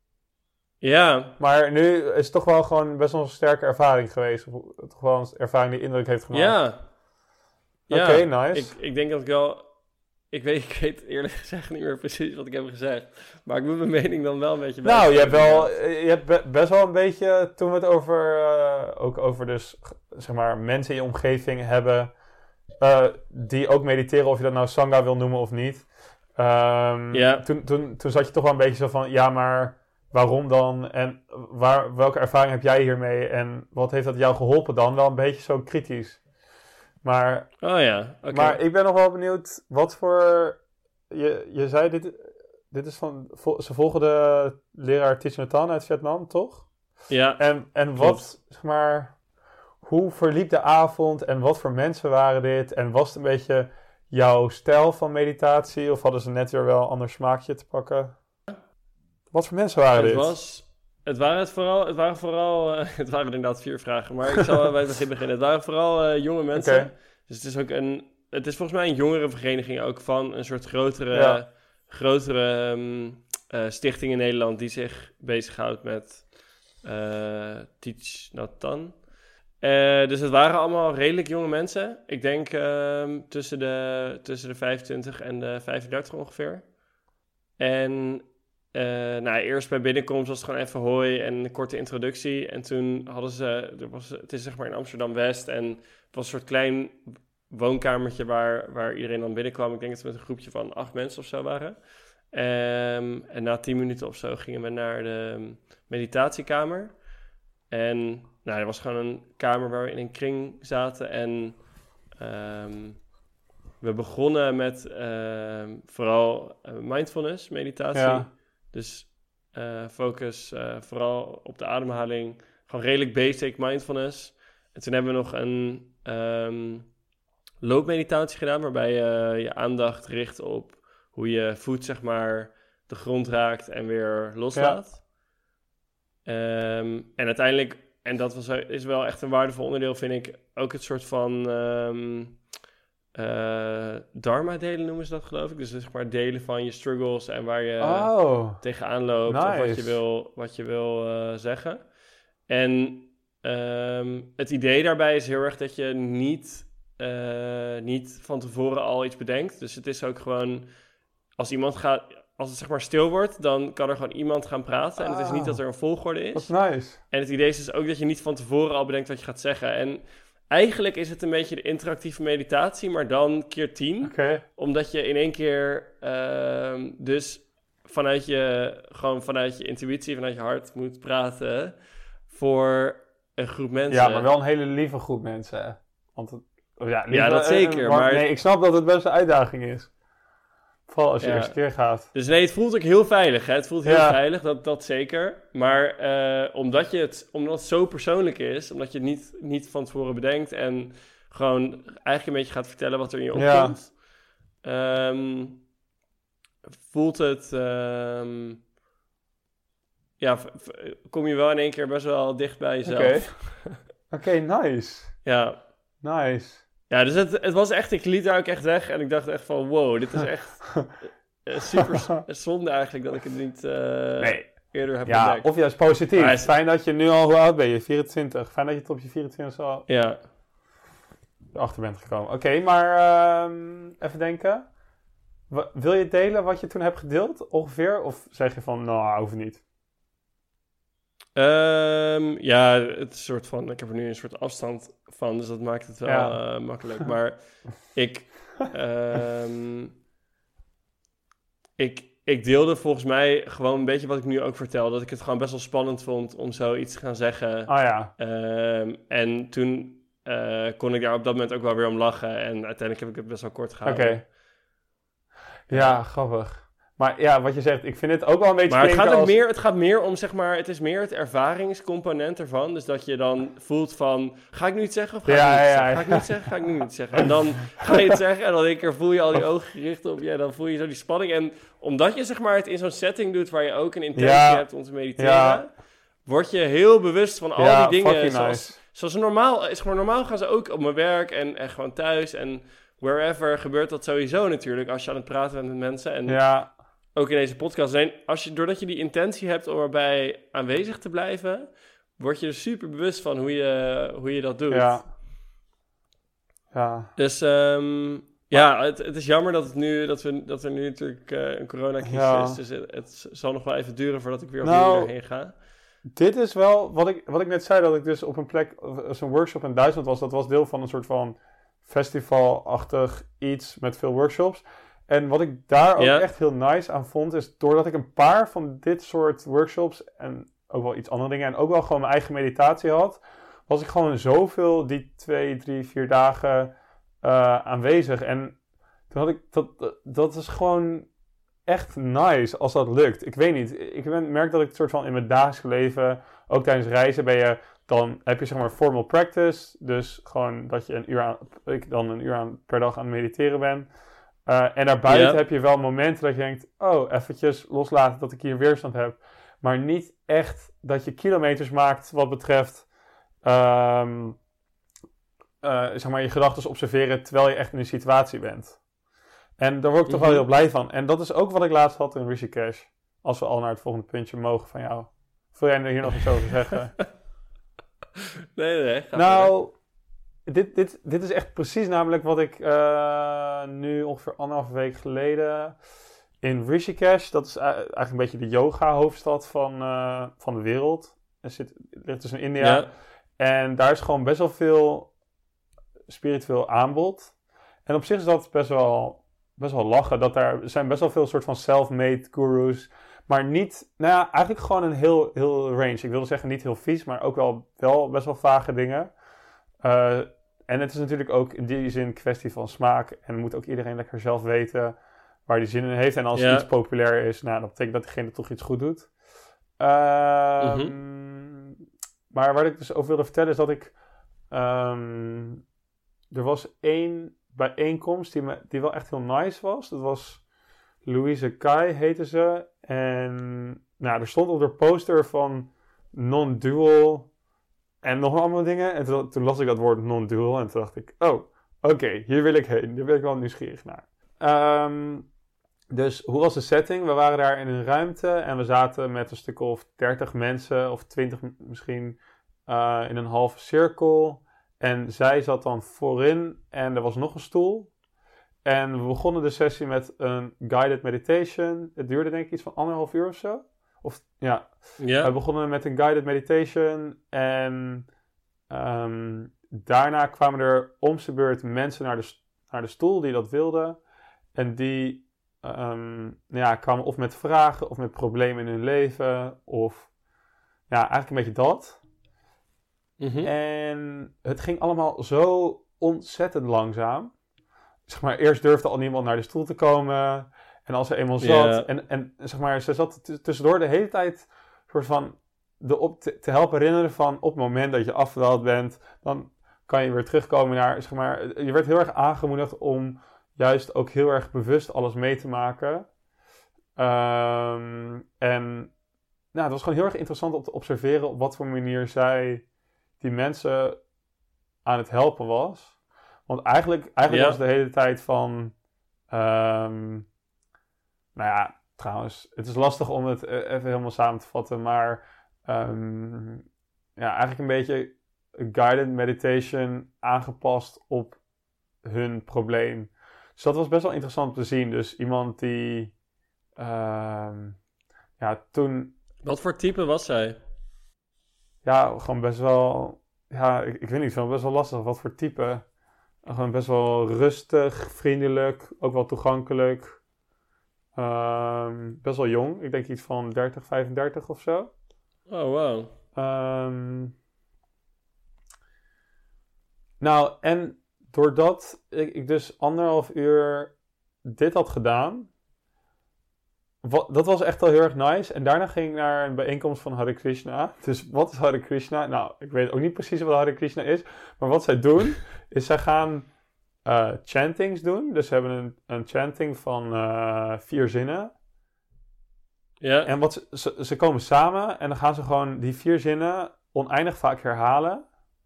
Ja. Maar nu is het toch wel gewoon best wel een sterke ervaring geweest. Of toch wel een ervaring die indruk heeft gemaakt. Ja. Oké, okay, ja, nice. Ik, ik denk dat ik wel... Ik weet, ik weet eerlijk gezegd niet meer precies wat ik heb gezegd. Maar ik moet mijn mening dan wel een beetje... Nou, je hebt, wel, je hebt best wel een beetje... Toen we het over... Uh, ook over dus, zeg maar, mensen in je omgeving hebben... Uh, die ook mediteren, of je dat nou Sangha wil noemen of niet. Um, ja. toen, toen, toen zat je toch wel een beetje zo van... Ja, maar waarom dan? En waar, welke ervaring heb jij hiermee? En wat heeft dat jou geholpen dan? Wel een beetje zo kritisch. Maar, oh ja, okay. Maar ik ben nog wel benieuwd, wat voor... Je, je zei, dit, dit is van... Vol, ze volgen de leraar Thich Nhat Hanh uit Vietnam, toch? Ja. En, en wat, zeg maar... Hoe verliep de avond en wat voor mensen waren dit? En was het een beetje jouw stijl van meditatie? Of hadden ze net weer wel een ander smaakje te pakken? Wat voor mensen waren het dit? Was... Het waren, het, vooral, het waren vooral... Uh, het waren inderdaad vier vragen, maar ik zal bij het begin beginnen. Het waren vooral uh, jonge mensen. Okay. Dus het is ook een... Het is volgens mij een jongerenvereniging ook van een soort grotere, ja. grotere um, uh, stichting in Nederland die zich bezighoudt met uh, Thich Nhat Hanh. Uh, dus het waren allemaal redelijk jonge mensen. Ik denk uh, tussen, de, tussen de vijfentwintig en de vijfendertig ongeveer. En... Uh, nou, eerst bij binnenkomst was het gewoon even hoi en een korte introductie. En toen hadden ze, er was, het is zeg maar in Amsterdam-West en het was een soort klein woonkamertje waar, waar iedereen dan binnenkwam. Ik denk dat we met een groepje van acht mensen of zo waren. Um, en na tien minuten of zo gingen we naar de meditatiekamer. En nou, er was gewoon een kamer waar we in een kring zaten en... Um, we begonnen met uh, vooral uh, mindfulness, meditatie. Ja. Dus uh, focus uh, vooral op de ademhaling. Gewoon redelijk basic mindfulness. En toen hebben we nog een um, loopmeditatie gedaan... waarbij je uh, je aandacht richt op hoe je voet zeg maar de grond raakt en weer loslaat. Ja. Um, en uiteindelijk, en dat was, is wel echt een waardevol onderdeel, vind ik... ook het soort van... Um, uh, dharma delen noemen ze dat, geloof ik. Dus zeg maar delen van je struggles en waar je Oh, tegenaan loopt nice. of wat je wil, wat je wil uh, zeggen. En um, het idee daarbij is heel erg dat je niet, uh, niet van tevoren al iets bedenkt. Dus het is ook gewoon, als iemand gaat, als het zeg maar stil wordt, dan kan er gewoon iemand gaan praten. En het is niet dat er een volgorde is. Dat is nice. En het idee is dus ook dat je niet van tevoren al bedenkt wat je gaat zeggen. En eigenlijk is het een beetje de interactieve meditatie, maar dan keer tien. Okay. Omdat je in één keer uh, dus vanuit je, gewoon vanuit je intuïtie, vanuit je hart moet praten voor een groep mensen. Ja, maar wel een hele lieve groep mensen. Hè? Want het, ja, lieve, ja, dat zeker. Maar, maar... Nee, ik snap dat het best een uitdaging is. Vooral als je ja. eerste keer gaat. Dus nee, het voelt ook heel veilig. Hè? Het voelt heel ja. veilig, dat, dat zeker. Maar uh, omdat, je het, omdat het zo persoonlijk is, omdat je het niet, niet van tevoren bedenkt en gewoon eigenlijk een beetje gaat vertellen wat er in je opkomt, ja. um, voelt het... Um, ja, v- v- kom je wel in één keer best wel dicht bij jezelf. Oké, okay. okay, nice. Ja. Nice. Ja, dus het, het was echt, ik liet daar ook echt weg en ik dacht echt van, wow, dit is echt uh, super zonde eigenlijk dat ik het niet uh, nee. eerder heb ja, ontdekt. Of juist positief. Is... Fijn dat je nu al, hoe oud ben je? vierentwintig. Fijn dat je tot op je vierentwintig al ja. erachter bent gekomen. Oké, okay, maar um, even denken. W- wil je delen wat je toen hebt gedeeld ongeveer? Of zeg je van, nou, hoeft niet? Um, ja, het is een soort van, ik heb er nu een soort afstand van, dus dat maakt het wel ja. uh, makkelijk. Maar ik, um, ik, ik deelde volgens mij gewoon een beetje wat ik nu ook vertel, dat ik het gewoon best wel spannend vond om zoiets te gaan zeggen. Oh ja. Um, en toen uh, kon ik daar op dat moment ook wel weer om lachen en uiteindelijk heb ik het best wel kort gehouden. Oké. Okay. Ja, ja, grappig. Maar ja, wat je zegt, ik vind het ook wel een beetje... Maar het gaat ook als... meer, het gaat meer om, zeg maar, het is meer het ervaringscomponent ervan. Dus dat je dan voelt van, ga ik nu iets zeggen of ga ja, ik niet ja, zeggen? ja. Ga ik niet zeggen, ga ik nu niet zeggen? En dan ga je het zeggen en dan een keer voel je al die ogen gericht op je. En dan voel je zo die spanning. En omdat je, zeg maar, het in zo'n setting doet waar je ook een intentie ja. hebt om te mediteren, ja. word je heel bewust van al ja, die dingen. Zoals, nice. zoals normaal, is gewoon normaal gaan ze ook op mijn werk en, en gewoon thuis en wherever gebeurt dat sowieso natuurlijk als je aan het praten bent met mensen. En ja. ook in deze podcast zijn, als je, doordat je die intentie hebt om erbij aanwezig te blijven, word je er super bewust van hoe je, hoe je dat doet. Ja. Ja. Dus um, ja, het, het is jammer dat, het nu, dat, we, dat er nu natuurlijk uh, een coronacrisis ja. is. Dus het, het zal nog wel even duren voordat ik weer opnieuw nou, erheen ga. Dit is wel, wat ik, wat ik net zei, dat ik dus op een plek, zo'n workshop in Duitsland was, dat was deel van een soort van festivalachtig iets met veel workshops. En wat ik daar ook ja. echt heel nice aan vond, is doordat ik een paar van dit soort workshops en ook wel iets andere dingen en ook wel gewoon mijn eigen meditatie had, was ik gewoon zoveel die twee, drie, vier dagen uh, aanwezig. En toen had ik, dat, dat is gewoon echt nice als dat lukt. Ik weet niet, ik ben, merk dat ik het soort van in mijn dagelijks leven, ook tijdens reizen ben je, dan heb je zeg maar formal practice, dus gewoon dat je een uur aan, ik dan een uur aan per dag aan het mediteren ben. Uh, en daarbuiten ja. heb je wel momenten dat je denkt, oh, eventjes loslaten dat ik hier weerstand heb. Maar niet echt dat je kilometers maakt wat betreft um, uh, zeg maar je gedachten observeren terwijl je echt in een situatie bent. En daar word ik toch mm-hmm. wel heel blij van. En dat is ook wat ik laatst had in Rishikesh. Als we al naar het volgende puntje mogen van jou. Wil jij er hier nog iets over zeggen? nee, nee. Nou... Dit, dit, dit is echt precies namelijk wat ik uh, nu ongeveer anderhalve week geleden in Rishikesh, dat is eigenlijk een beetje de yoga-hoofdstad van, uh, van de wereld. Er zit, ligt dus in India. Ja. En daar is gewoon best wel veel spiritueel aanbod. En op zich is dat best wel, best wel lachen. Dat daar er zijn best wel veel soort van self-made gurus. Maar niet, nou ja, eigenlijk gewoon een heel, heel range. Ik wilde zeggen niet heel vies, maar ook wel, wel best wel vage dingen. Uh, en het is natuurlijk ook in die zin kwestie van smaak. En moet ook iedereen lekker zelf weten waar hij zin in heeft. En als ja. iets populair is, nou, dat betekent dat diegene toch iets goed doet. Uh, mm-hmm. Maar waar ik dus over wilde vertellen is dat ik... Um, er was één bijeenkomst die, me, die wel echt heel nice was. Dat was Louise Kai, heette ze. En nou, er stond op de poster van non-dual... En nog allemaal dingen. En toen, toen las ik dat woord non-dual. En toen dacht ik, oh, Oké, okay, hier wil ik heen. Daar ben ik wel nieuwsgierig naar. Um, dus hoe was de setting? We waren daar in een ruimte en we zaten met een stuk of dertig mensen of twintig misschien uh, in een halve cirkel. En zij zat dan voorin en er was nog een stoel. En we begonnen de sessie met een guided meditation. Het duurde denk ik iets van anderhalf uur of zo. Of ja, ja. We begonnen met een guided meditation en um, daarna kwamen er om zijn beurt mensen naar de, naar de stoel die dat wilden. En die um, ja, kwamen of met vragen of met problemen in hun leven. Of ja, eigenlijk een beetje dat. Mm-hmm. En het ging allemaal zo ontzettend langzaam. Zeg maar, eerst durfde al niemand naar de stoel te komen. En als ze eenmaal zat... Yeah. En, en zeg maar, ze zat t- tussendoor de hele tijd soort van de op te, te helpen herinneren van op het moment dat je afgedaald bent, dan kan je weer terugkomen naar, zeg maar, je werd heel erg aangemoedigd om juist ook heel erg bewust alles mee te maken. Um, en nou, het was gewoon heel erg interessant om te observeren op wat voor manier zij die mensen aan het helpen was. Want eigenlijk, eigenlijk ja. was de hele tijd van... Um, nou ja, trouwens, het is lastig om het even helemaal samen te vatten, maar um, ja, eigenlijk een beetje guided meditation aangepast op hun probleem. Dus dat was best wel interessant om te zien. Dus iemand die, um, ja, toen... Wat voor type was zij? Ja, gewoon best wel, ja, ik, ik weet niet, best wel lastig. Wat voor type? Gewoon best wel rustig, vriendelijk, ook wel toegankelijk. Um, best wel jong. Ik denk iets van dertig, vijfendertig of zo. Oh, wow. Um, nou, en doordat ik, ik dus anderhalf uur dit had gedaan, wat, dat was echt wel heel erg nice. En daarna ging ik naar een bijeenkomst van Hare Krishna. Dus wat is Hare Krishna? Nou, ik weet ook niet precies wat Hare Krishna is. Maar wat zij doen, is zij gaan uh, chantings doen. Dus ze hebben een, een chanting van uh, vier zinnen. Ja. En wat ze, ze, ze komen samen en dan gaan ze gewoon die vier zinnen oneindig vaak herhalen.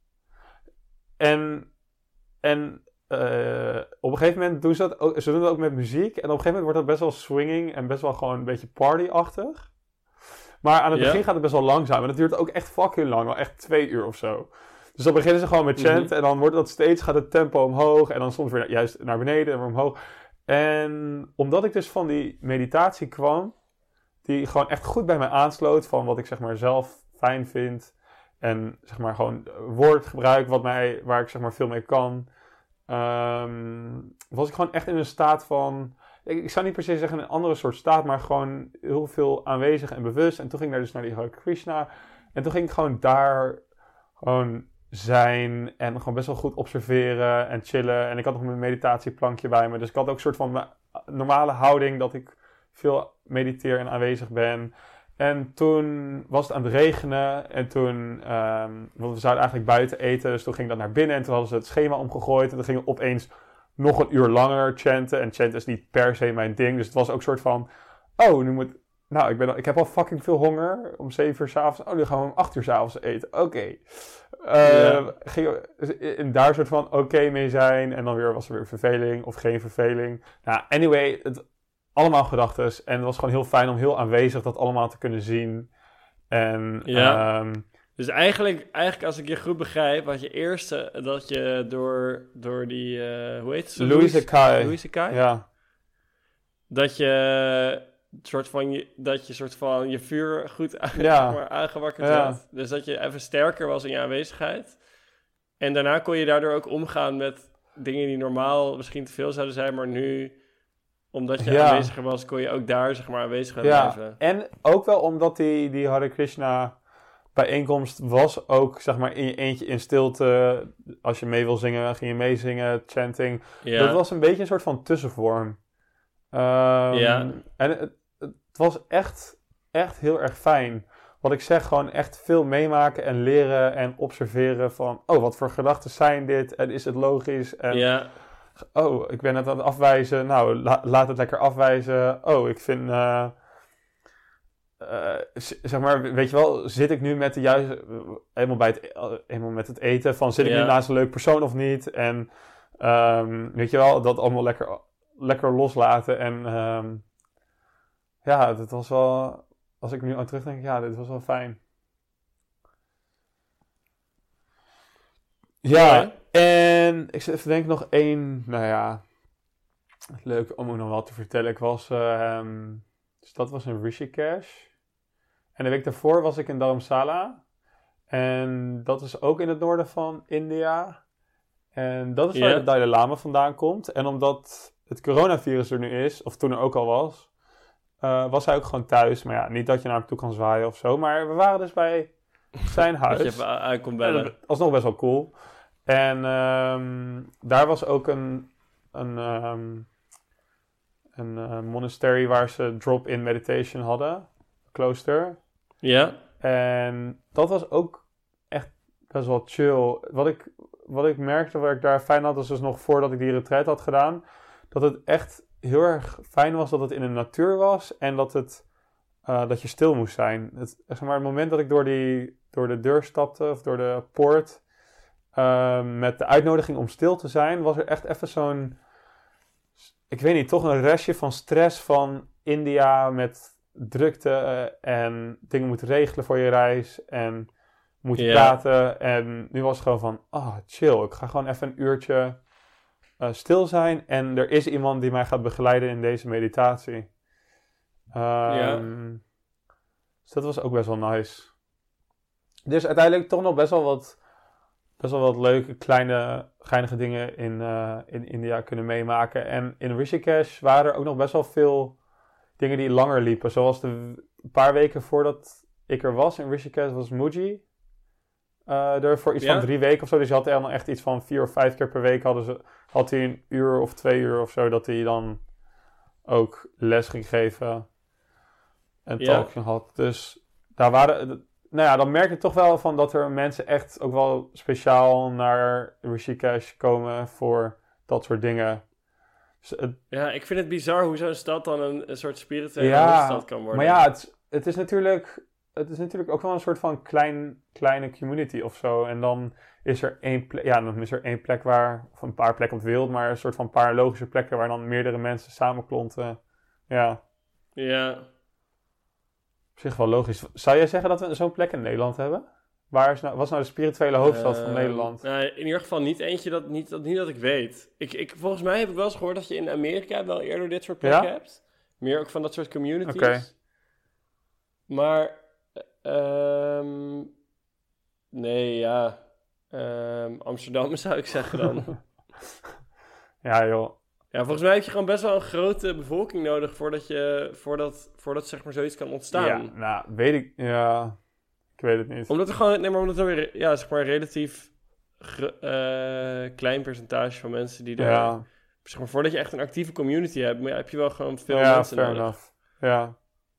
En, en uh, op een gegeven moment doen ze dat ook, ze doen dat ook met muziek. En op een gegeven moment wordt dat best wel swinging en best wel gewoon een beetje party-achtig. Maar aan het ja. begin gaat het best wel langzaam. En dat duurt ook echt fucking lang, wel echt twee uur of zo. Dus dan beginnen ze gewoon met chanten mm-hmm. en dan wordt dat steeds, gaat het tempo omhoog. En dan soms weer juist naar beneden en weer omhoog. En omdat ik dus van die meditatie kwam, die gewoon echt goed bij mij aansloot van wat ik zeg maar zelf fijn vind. En zeg maar gewoon woordgebruik wat mij, waar ik zeg maar veel mee kan. Um, was ik gewoon echt in een staat van, ik, ik zou niet per se zeggen een andere soort staat, maar gewoon heel veel aanwezig en bewust. En toen ging ik daar dus naar die Hare Krishna. En toen ging ik gewoon daar gewoon zijn en gewoon best wel goed observeren en chillen. En ik had nog mijn meditatieplankje bij me. Dus ik had ook een soort van mijn normale houding dat ik veel mediteer en aanwezig ben. En toen was het aan het regenen. En toen, um, want we zouden eigenlijk buiten eten. Dus toen ging dat naar binnen. En toen hadden ze het schema omgegooid. En toen gingen we opeens nog een uur langer chanten. En chanten is niet per se mijn ding. Dus het was ook een soort van, oh, nu moet... Nou, ik, ben al, ik heb al fucking veel honger. Om zeven uur 's avonds. Oh, nu gaan we om acht uur 's avonds eten. Oké. Okay. Uh, ja. Ging, en daar een soort van oké okay mee zijn. En dan weer was er weer verveling of geen verveling. Nou, anyway, het... allemaal gedachtes. En het was gewoon heel fijn om heel aanwezig dat allemaal te kunnen zien. En, ja. Um, dus eigenlijk, eigenlijk, als ik je goed begrijp, had je eerst uh, dat je door, door die, uh, hoe heet ze? Louise Kai. Louise Kai? Ja. Dat je soort van je, dat je soort van je vuur goed aan, ja. aangewakkerd ja. werd. Dus dat je even sterker was in je aanwezigheid. En daarna kon je daardoor ook omgaan met dingen die normaal misschien te veel zouden zijn, maar nu, omdat je ja. aanweziger was, kon je ook daar zeg maar aanwezig gaan ja. blijven. En ook wel omdat die, die Hare Krishna bijeenkomst was ook zeg maar in je eentje in stilte. Als je mee wil zingen, ging je meezingen, chanting. Ja. Dat was een beetje een soort van tussenvorm. Um, ja. En het, het was echt, echt heel erg fijn. Wat ik zeg, gewoon echt veel meemaken en leren en observeren van, oh, wat voor gedachten zijn dit? En is het logisch? En, ja. oh, ik ben het aan het afwijzen. Nou, la, laat het lekker afwijzen. Oh, ik vind, uh, uh, zeg maar, weet je wel, zit ik nu met de juiste, helemaal bij het, helemaal met het eten, van zit ik ja. nu naast een leuk persoon of niet? En Um, weet je wel, dat allemaal lekker, lekker loslaten. En um, ja, dat was wel... Als ik nu aan terugdenk, ja, dit was wel fijn. Ja, Ja, en ik zit even denk nog één, nou ja, leuk om ook nog wel te vertellen. Ik was, um, dus dat was in Rishikesh. En de week daarvoor was ik in Dharamsala. En dat is ook in het noorden van India. En dat is waar ja, de Dalai Lama vandaan komt. En omdat het coronavirus er nu is, of toen er ook al was, uh, was hij ook gewoon thuis. Maar ja, niet dat je naar hem toe kan zwaaien of zo. Maar we waren dus bij zijn huis. dat je even aan kon bellen. Dat was nog best wel cool. En um, daar was ook een, een, um, een uh, monastery waar ze drop-in meditation hadden. Klooster. Ja, En dat was ook echt best wel chill. Wat ik, wat ik merkte, wat ik daar fijn had, was dus nog voordat ik die retreat had gedaan, dat het echt heel erg fijn was dat het in de natuur was en dat, het, uh, dat je stil moest zijn. Het, zeg maar, het moment dat ik door, die, door de deur stapte, of door de poort, uh, met de uitnodiging om stil te zijn, was er echt even zo'n, ik weet niet, toch een restje van stress van India met drukte uh, en dingen moeten regelen voor je reis en moeten Ja. praten. En nu was het gewoon van, ah, oh, chill. Ik ga gewoon even een uurtje uh, stil zijn en er is iemand die mij gaat begeleiden in deze meditatie. Um, Ja. Dus dat was ook best wel nice. Dus uiteindelijk toch nog best wel wat, best wel wat leuke, kleine, geinige dingen in, uh, in India kunnen meemaken. En in Rishikesh waren er ook nog best wel veel dingen die langer liepen. Zoals de een paar weken voordat ik er was in Rishikesh was Muji uh, er voor iets Ja? van drie weken of zo. Dus je had dan echt iets van vier of vijf keer per week hadden ze, had hij een uur of twee uur of zo dat hij dan ook les ging geven en Ja. talking had. Dus daar waren, nou ja, dan merk je toch wel van dat er mensen echt ook wel speciaal naar Rishikesh komen voor dat soort dingen. Dus het, Ja, ik vind het bizar hoe zo'n stad dan een, een soort spirituele ja, hoofdstad kan worden. maar ja, het, het is natuurlijk, het is natuurlijk ook wel een soort van klein, kleine community of zo. En dan is er één plek, ja, dan is er één plek waar, of een paar plekken op de wereld, maar een soort van paar logische plekken waar dan meerdere mensen samenklonten. Ja, Ja. op zich wel logisch. Zou jij zeggen dat we zo'n plek in Nederland hebben? Waar is nou, wat is nou de spirituele hoofdstad van Ehm, Nederland? Nou, in ieder geval niet eentje dat niet dat, niet dat ik weet. Ik, ik, volgens mij heb ik wel eens gehoord dat je in Amerika wel eerder dit soort plekken Ja? hebt. Meer ook van dat soort communities. Oké. Maar, ehm nee, ja. Ehm, Amsterdam zou ik zeggen dan. Ja, joh. Ja, volgens mij heb je gewoon best wel een grote bevolking nodig voordat je, voordat, voordat zeg maar zoiets kan ontstaan. Ja, nou, weet ik, ja, ik weet het niet. Omdat er gewoon, nee, maar omdat er weer, ja, zeg maar een relatief gr- eh, klein percentage van mensen die er, Ja, zeg maar, voordat je echt een actieve community hebt, maar ja, heb je wel gewoon veel ja, mensen fair nodig. enough. Ja,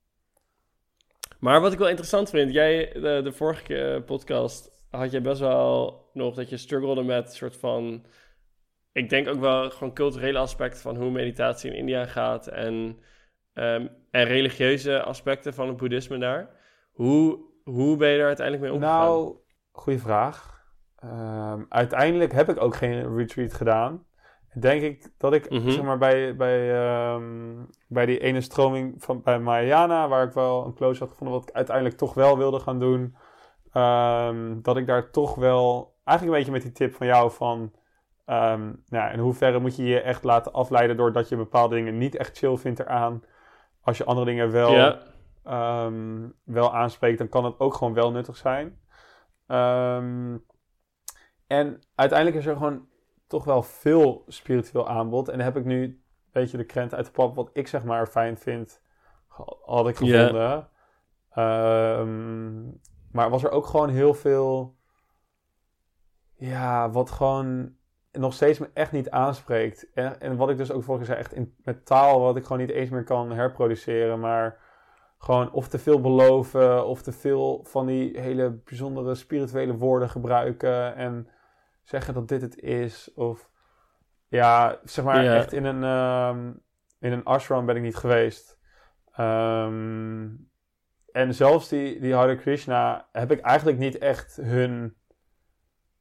Maar wat ik wel interessant vind, jij, de, de vorige eh, podcast, had jij best wel nog dat je struggelde met soort van, ik denk ook wel gewoon culturele aspecten van hoe meditatie in India gaat en, ehm, en religieuze aspecten van het boeddhisme daar. Hoe, hoe ben je daar uiteindelijk mee omgegaan? nou, goede vraag. Ehm, uiteindelijk heb ik ook geen retreat gedaan. Denk ik dat ik, Mhm. zeg maar, bij, bij, ehm, bij die ene stroming van, bij Mahayana, waar ik wel een close had gevonden, wat ik uiteindelijk toch wel wilde gaan doen, ehm, dat ik daar toch wel, eigenlijk een beetje met die tip van jou van, ehm, nou, in hoeverre moet je je echt laten afleiden doordat je bepaalde dingen niet echt chill vindt eraan. Als je andere dingen wel, Ja, ehm, wel aanspreekt, dan kan het ook gewoon wel nuttig zijn. Ehm, en uiteindelijk is er gewoon toch wel veel spiritueel aanbod. En dan heb ik nu een beetje de krent uit de pap, wat ik zeg maar fijn vind, ge- had ik Ja. gevonden. Ehm, maar was er ook gewoon heel veel, ja, wat gewoon nog steeds me echt niet aanspreekt. En, en wat ik dus ook vorige keer zei, echt in, met taal, wat ik gewoon niet eens meer kan herproduceren, maar gewoon of te veel beloven, of te veel van die hele bijzondere spirituele woorden gebruiken en zeggen dat dit het is. Of ja, zeg maar Ja. echt in een, ehm, in een ashram ben ik niet geweest. Ehm, en zelfs die, die Hare Krishna heb ik eigenlijk niet echt hun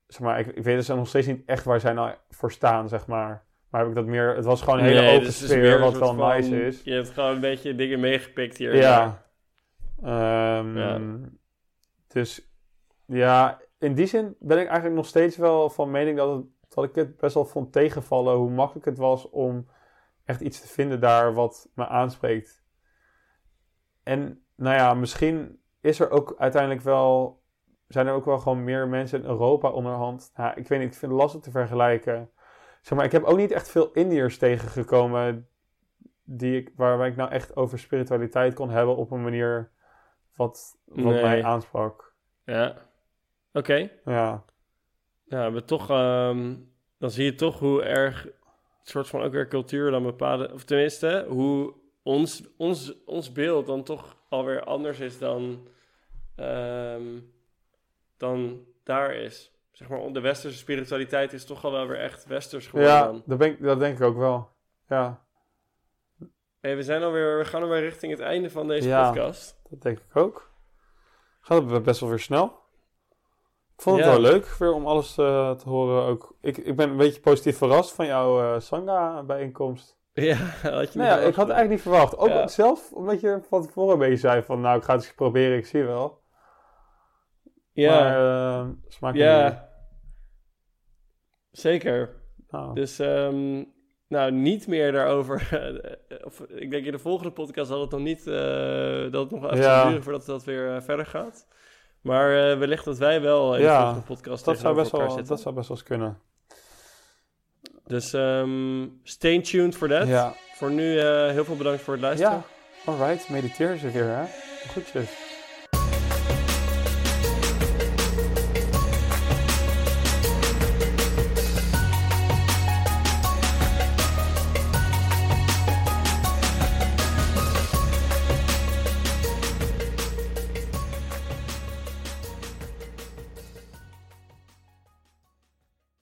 zeg maar, ik, ik weet dus nog steeds niet echt waar zij nou voor staan, zeg maar. Maar heb ik dat meer... Het was gewoon een hele Nee, open dus het is sfeer, meer een wat soort wel van- nice is. Je hebt gewoon een beetje dingen meegepikt hier. Ja. Ehm, Ja. Dus ja, in die zin ben ik eigenlijk nog steeds wel van mening dat, het, dat ik het best wel vond tegenvallen hoe makkelijk het was om echt iets te vinden daar wat me aanspreekt. En nou ja, misschien is er ook uiteindelijk wel, zijn er ook wel gewoon meer mensen in Europa onderhand. Ja, ik weet niet, ik vind het lastig te vergelijken. Zeg maar, ik heb ook niet echt veel Indiërs tegengekomen die ik, waarbij ik nou echt over spiritualiteit kon hebben op een manier wat, wat Nee. mij aansprak. Ja. Oké. Ja, Ja, maar toch, ehm, dan zie je toch hoe erg het soort van ook weer cultuur dan bepaalde, of tenminste, hoe ons, ons, ons beeld dan toch alweer anders is dan, ehm, dan daar is. Zeg maar, de westerse spiritualiteit is toch al wel weer echt westers geworden ja dan. dat, ben ik, dat denk ik ook wel. Ja, Hey, we, zijn alweer, we gaan alweer richting het einde van deze Ja. podcast. dat denk ik ook. Gaat best wel weer snel. Ik vond het Ja. wel leuk weer om alles eh, te horen. Ook. Ik, ik ben een beetje positief verrast van jouw eh Sangha-bijeenkomst. Ja, had je niet Nou ja, ik had verwacht. het eigenlijk niet verwacht. Ook Ja. zelf, omdat je van tevoren een beetje zei van... Nou, ik ga het eens proberen, ik zie wel. Ja, Maar uh, smaak ja. Zeker. Nou, Dus, ehm, nou, niet meer daarover. of, ik denk in de volgende podcast zal het nog niet, eh, dat het nog even Ja. zal duren voordat dat weer eh, verder gaat. Maar eh, wellicht dat wij wel in de Ja, volgende podcast dat, zou tegenover best elkaar wel, zitten. dat zou best wel eens kunnen. Dus ehm, stay tuned for that. Ja, Voor nu eh, heel veel bedankt voor het luisteren. ja. Alright, mediteer ze weer, hè? Goedjes.